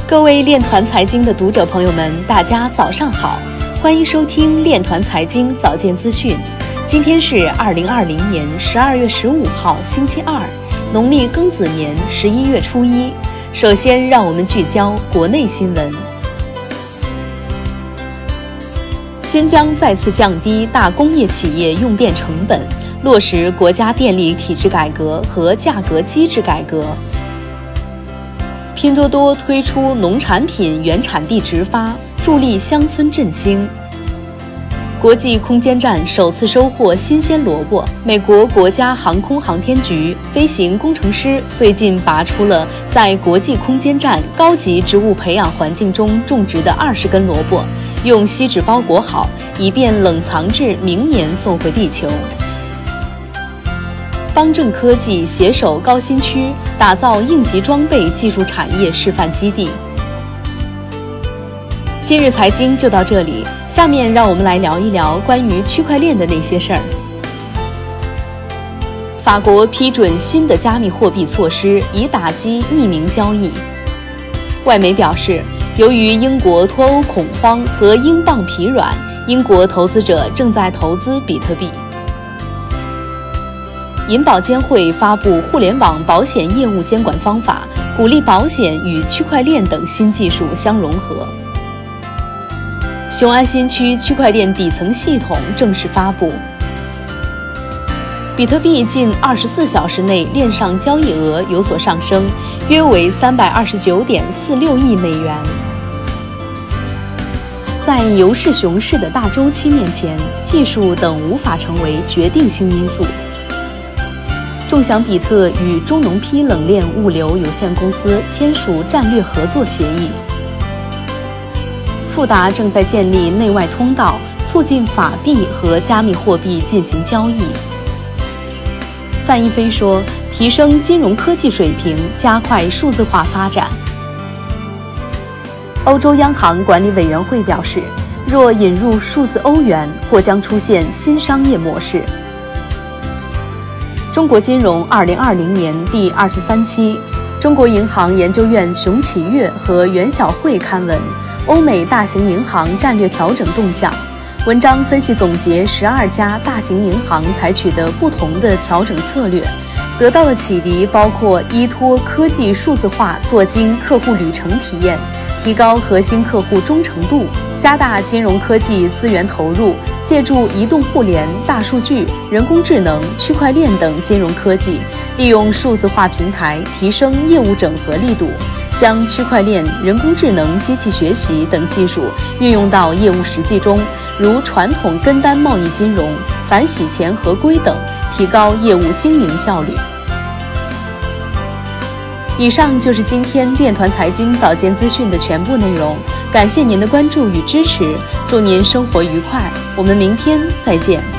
各位链团财经的读者朋友们，大家早上好，欢迎收听链团财经早间资讯。今天是2020年12月15号，星期二，农历庚子年11月初一。首先，让我们聚焦国内新闻。新疆再次降低大工业企业用电成本，落实国家电力体制改革和价格机制改革。拼多多推出农产品原产地直发，助力乡村振兴。国际空间站首次收获新鲜萝卜。美国国家航空航天局飞行工程师最近拔出了在国际空间站高级植物培养环境中种植的20根萝卜，用锡纸包裹好，以便冷藏至明年送回地球。邦正科技携手高新区，打造应急装备技术产业示范基地。今日财经就到这里，下面让我们来聊一聊关于区块链的那些事儿。法国批准新的加密货币措施，以打击匿名交易。外媒表示，由于英国脱欧恐慌和英镑疲软，英国投资者正在投资比特币。银保监会发布互联网保险业务监管方法，鼓励保险与区块链等新技术相融合。雄安新区区块链底层系统正式发布。比特币近24小时内链上交易额有所上升，约为329.46亿美元。在牛市熊市的大周期面前，技术等无法成为决定性因素。众享比特与中农批冷链物流有限公司签署战略合作协议。富达正在建立内外通道，促进法币和加密货币进行交易。范一飞说，提升金融科技水平，加快数字化发展。欧洲央行管理委员会表示，若引入数字欧元，或将出现新商业模式。中国金融2020年第23期，中国银行研究院熊启月和袁晓慧刊文《欧美大型银行战略调整动向》，文章分析总结12家大型银行采取的不同的调整策略，得到的启迪包括依托科技数字化做精客户旅程体验，提高核心客户忠诚度，加大金融科技资源投入，借助移动互联、大数据、人工智能、区块链等金融科技，利用数字化平台提升业务整合力度，将区块链、人工智能、机器学习等技术运用到业务实际中，如传统跟单贸易金融、反洗钱合规等，提高业务经营效率。以上就是今天链团财经早间资讯的全部内容，感谢您的关注与支持，祝您生活愉快，我们明天再见。